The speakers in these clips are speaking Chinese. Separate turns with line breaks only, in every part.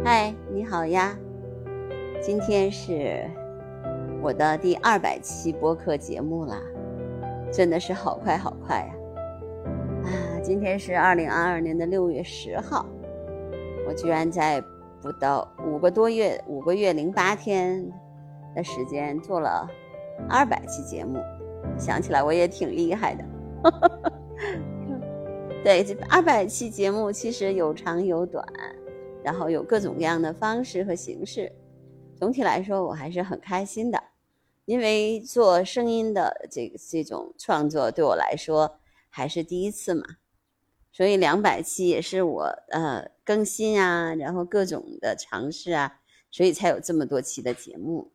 嗨，你好呀！今天是我的第200期播客节目啦，真的是好快好快呀！今天是2022年的6月10号，我居然在不到5个月08天的时间做了200期节目，想起来我也挺厉害的。对，这200期节目其实有长有短，然后有各种各样的方式和形式。总体来说我还是很开心的，因为做声音的这种创作对我来说还是第一次嘛，所以200期也是我更新啊，然后各种的尝试啊，所以才有这么多期的节目。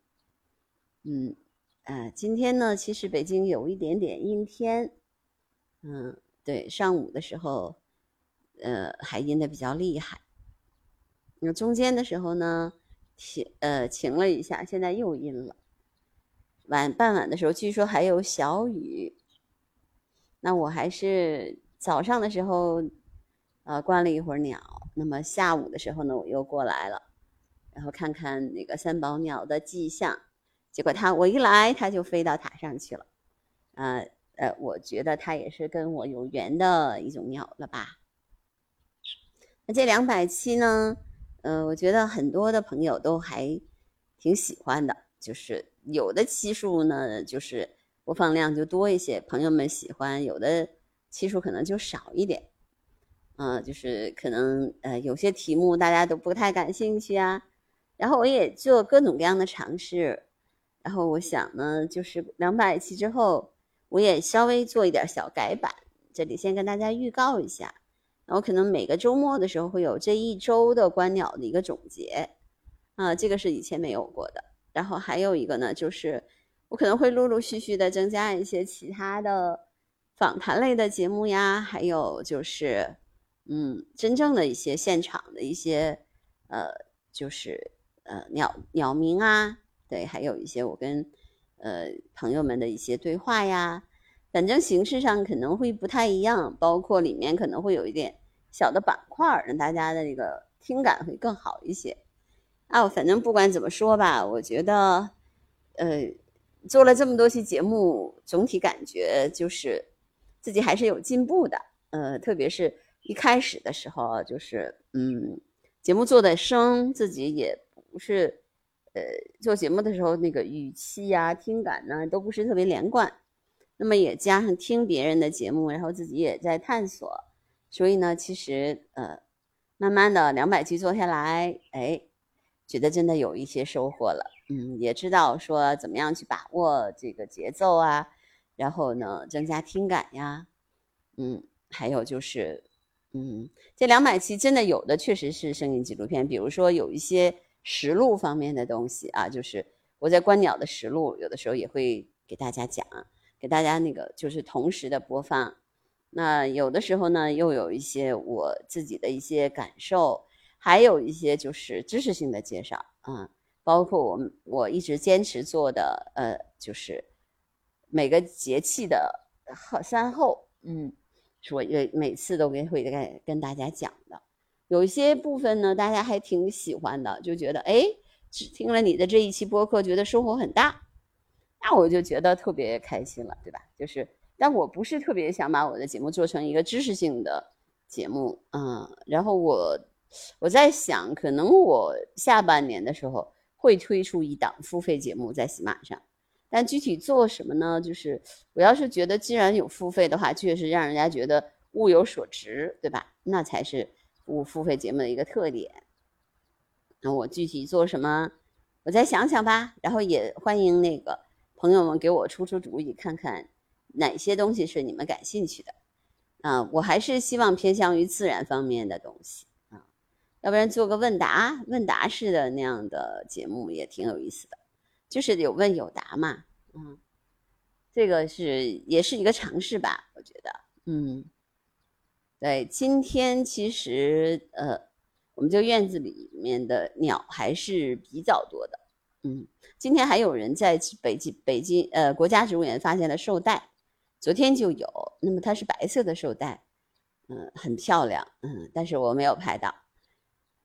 今天呢其实北京有一点点阴天，对，上午的时候还阴得比较厉害，那中间的时候呢晴了一下，现在又阴了。傍晚的时候据说还有小雨，那我还是早上的时候观了一会儿鸟，那么下午的时候呢我又过来了，然后看看那个三宝鸟的迹象，结果我一来它就飞到塔上去了。我觉得它也是跟我有缘的一种鸟了吧。那这200期呢我觉得很多的朋友都还挺喜欢的，就是有的期数呢就是播放量就多一些，朋友们喜欢，有的期数可能就少一点。就是可能有些题目大家都不太感兴趣啊，然后我也做各种各样的尝试，然后我想呢就是200期之后我也稍微做一点小改版，这里先跟大家预告一下。然后可能每个周末的时候会有这一周的观鸟的一个总结这个是以前没有过的。然后还有一个呢就是我可能会陆陆续续的增加一些其他的访谈类的节目呀，还有就是真正的一些现场的一些就是鸟鸣啊，对，还有一些我跟朋友们的一些对话呀，反正形式上可能会不太一样，包括里面可能会有一点小的板块，让大家的这个听感会更好一些反正不管怎么说吧，我觉得做了这么多期节目，总体感觉就是自己还是有进步的。特别是一开始的时候就是节目做的生，自己也不是做节目的时候那个语气啊听感呢都不是特别连贯，那么也加上听别人的节目，然后自己也在探索，所以呢其实慢慢的200期做下来觉得真的有一些收获了。也知道说怎么样去把握这个节奏啊，然后呢增加听感呀。还有就是这200期真的有的确实是声音纪录片，比如说有一些实录方面的东西就是我在观鸟的实录有的时候也会给大家讲，给大家那个就是同时的播放。那有的时候呢又有一些我自己的一些感受，还有一些就是知识性的介绍包括我一直坚持做的就是每个节气的三候是我每次都会跟大家讲的。有一些部分呢大家还挺喜欢的，就觉得只听了你的这一期播客觉得收获很大，那我就觉得特别开心了，对吧？就是但我不是特别想把我的节目做成一个知识性的节目然后我在想可能我下半年的时候会推出一档付费节目在喜马上，但具体做什么呢？就是我要是觉得既然有付费的话，确实让人家觉得物有所值，对吧？那才是付费节目的一个特点。那我具体做什么我再想想吧，然后也欢迎那个朋友们给我出主意，看看哪些东西是你们感兴趣的我还是希望偏向于自然方面的东西要不然做个问答式的那样的节目也挺有意思的，就是有问有答嘛这个也是一个尝试吧，我觉得对，今天其实我们这个院子里面的鸟还是比较多的今天还有人在北京国家植物园发现了绶带，昨天就有，那么它是白色的绶带很漂亮但是我没有拍到。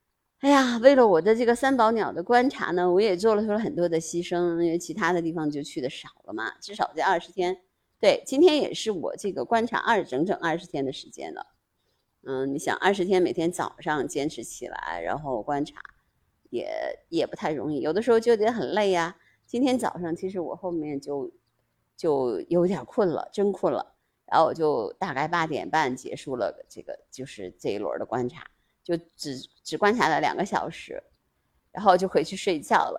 哎呀，为了我的这个三宝鸟的观察呢，我也做了很多的牺牲，因为其他的地方就去的少了嘛，至少这20天。对，今天也是我这个观察整整20天的时间了。你想20天每天早上坚持起来，然后观察，也不太容易，有的时候就觉得很累呀。今天早上其实我后面就有点困了，真困了，然后我就大概8点半结束了就是这一轮的观察，就只观察了2个小时，然后就回去睡觉了，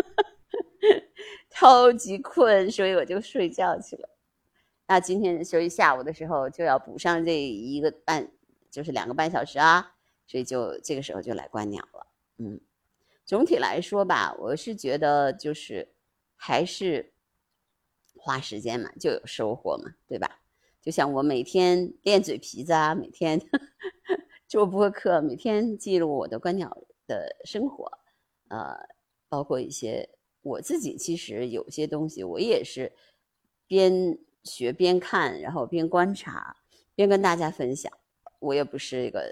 超级困，所以我就睡觉去了。那今天所以下午的时候就要补上这就是2个半小时啊，所以就这个时候就来观鸟了。总体来说吧，我是觉得就是还是花时间嘛，就有收获嘛，对吧？就像我每天练嘴皮子啊，每天做播客，每天记录我的观鸟的生活，包括一些我自己其实有些东西我也是边学边看，然后边观察，边跟大家分享。我也不是一个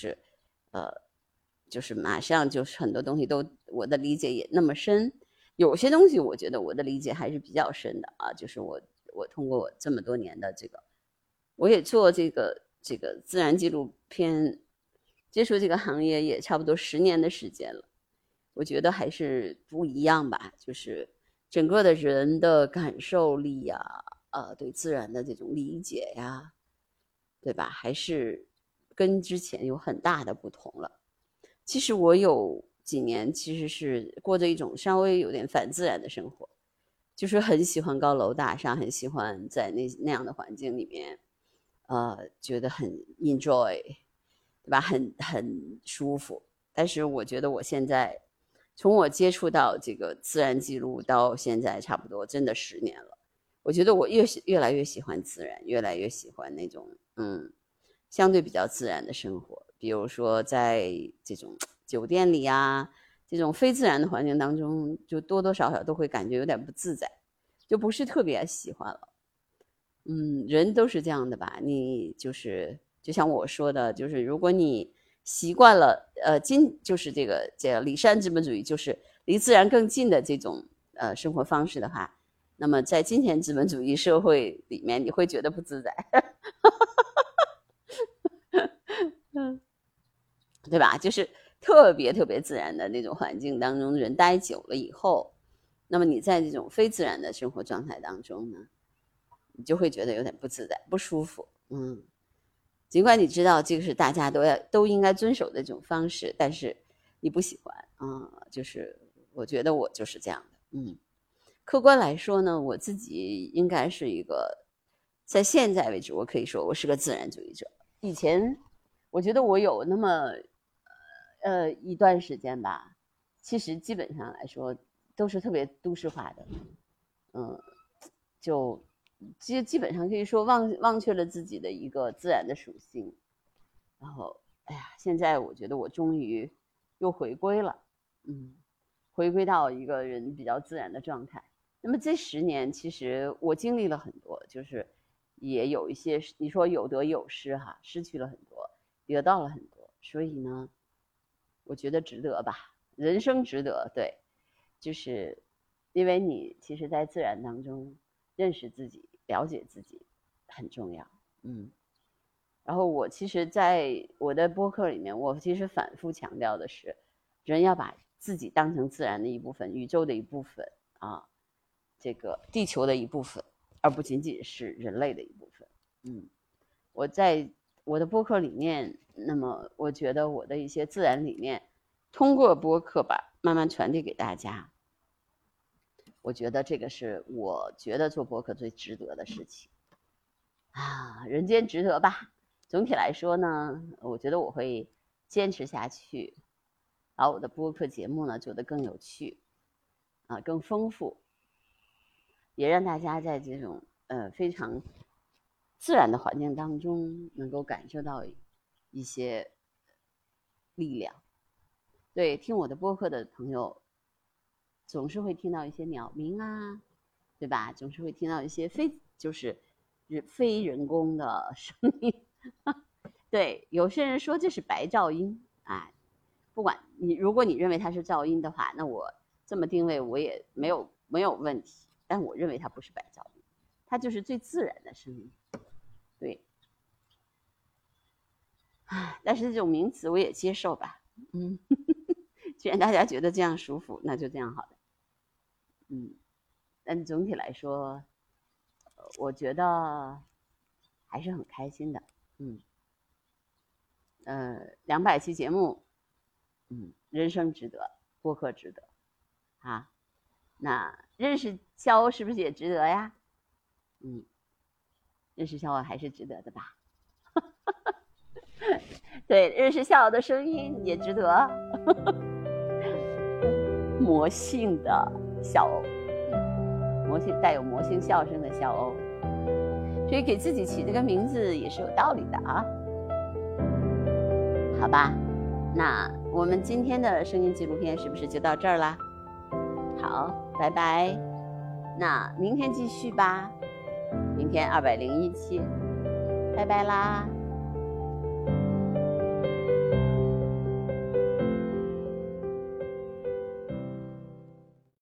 就是马上就是很多东西都我的理解也那么深，有些东西我觉得我的理解还是比较深的啊，就是我通过我这么多年的这个，我也做这个自然纪录片，接触这个行业也差不多10年的时间了，我觉得还是不一样吧，就是整个的人的感受力呀，对自然的这种理解呀，对吧？还是跟之前有很大的不同了。其实我有几年其实是过着一种稍微有点反自然的生活，就是很喜欢高楼大厦，很喜欢在那样的环境里面，觉得很 enjoy， 对吧？很舒服。但是我觉得我现在从我接触到这个自然记录到现在，差不多真的10年了。我觉得我越来越喜欢自然，越来越喜欢那种相对比较自然的生活。比如说在这种酒店里啊，这种非自然的环境当中，就多多少少都会感觉有点不自在，就不是特别喜欢了。人都是这样的吧？你就是就像我说的，就是如果你习惯了就是这个里山资本主义，就是离自然更近的这种生活方式的话，那么在金钱资本主义社会里面，你会觉得不自在。对吧？就是特别特别自然的那种环境当中，人待久了以后，那么你在这种非自然的生活状态当中呢，你就会觉得有点不自在、不舒服。尽管你知道这个是大家都应该遵守的这种方式，但是你不喜欢就是我觉得我就是这样的。客观来说呢，我自己应该是一个，在现在为止，我可以说我是个自然主义者。以前我觉得我有那么一段时间吧，其实基本上来说都是特别都市化的，就基本上可以说忘却了自己的一个自然的属性。然后哎呀，现在我觉得我终于又回归了，回归到一个人比较自然的状态。那么这10年其实我经历了很多，就是也有一些你说有得有失哈，失去了很多，得到了很多，所以呢我觉得值得吧，人生值得。对，就是因为你其实在自然当中认识自己，了解自己很重要。然后我其实在我的播客里面，我其实反复强调的是，人要把自己当成自然的一部分，宇宙的一部分啊，这个地球的一部分，而不仅仅是人类的一部分。我在我的播客里面，那么我觉得我的一些自然理念，通过播客吧，慢慢传递给大家。我觉得这个是我觉得做播客最值得的事情人间值得吧。总体来说呢，我觉得我会坚持下去，把我的播客节目呢做得更有趣更丰富，也让大家在这种非常自然的环境当中能够感受到一些力量。对，听我的播客的朋友总是会听到一些鸟鸣啊，对吧？总是会听到一些非人工的声音。对，有些人说这是白噪音不管你，如果你认为它是噪音的话，那我这么定位我也没有问题。但我认为它不是白噪音，它就是最自然的声音。对，但是这种名词我也接受吧。既然大家觉得这样舒服，那就这样好了。但总体来说，我觉得还是很开心的。200期节目，人生值得，播客值得啊。那认识肖欧是不是也值得呀？认识肖欧还是值得的吧？对，认识肖欧的声音也值得。魔性的肖欧，带有魔性笑声的肖欧，所以给自己起这个名字也是有道理的啊。好吧，那我们今天的声音纪录片是不是就到这儿啦？好，拜拜。那明天继续吧，明天201期，拜拜啦。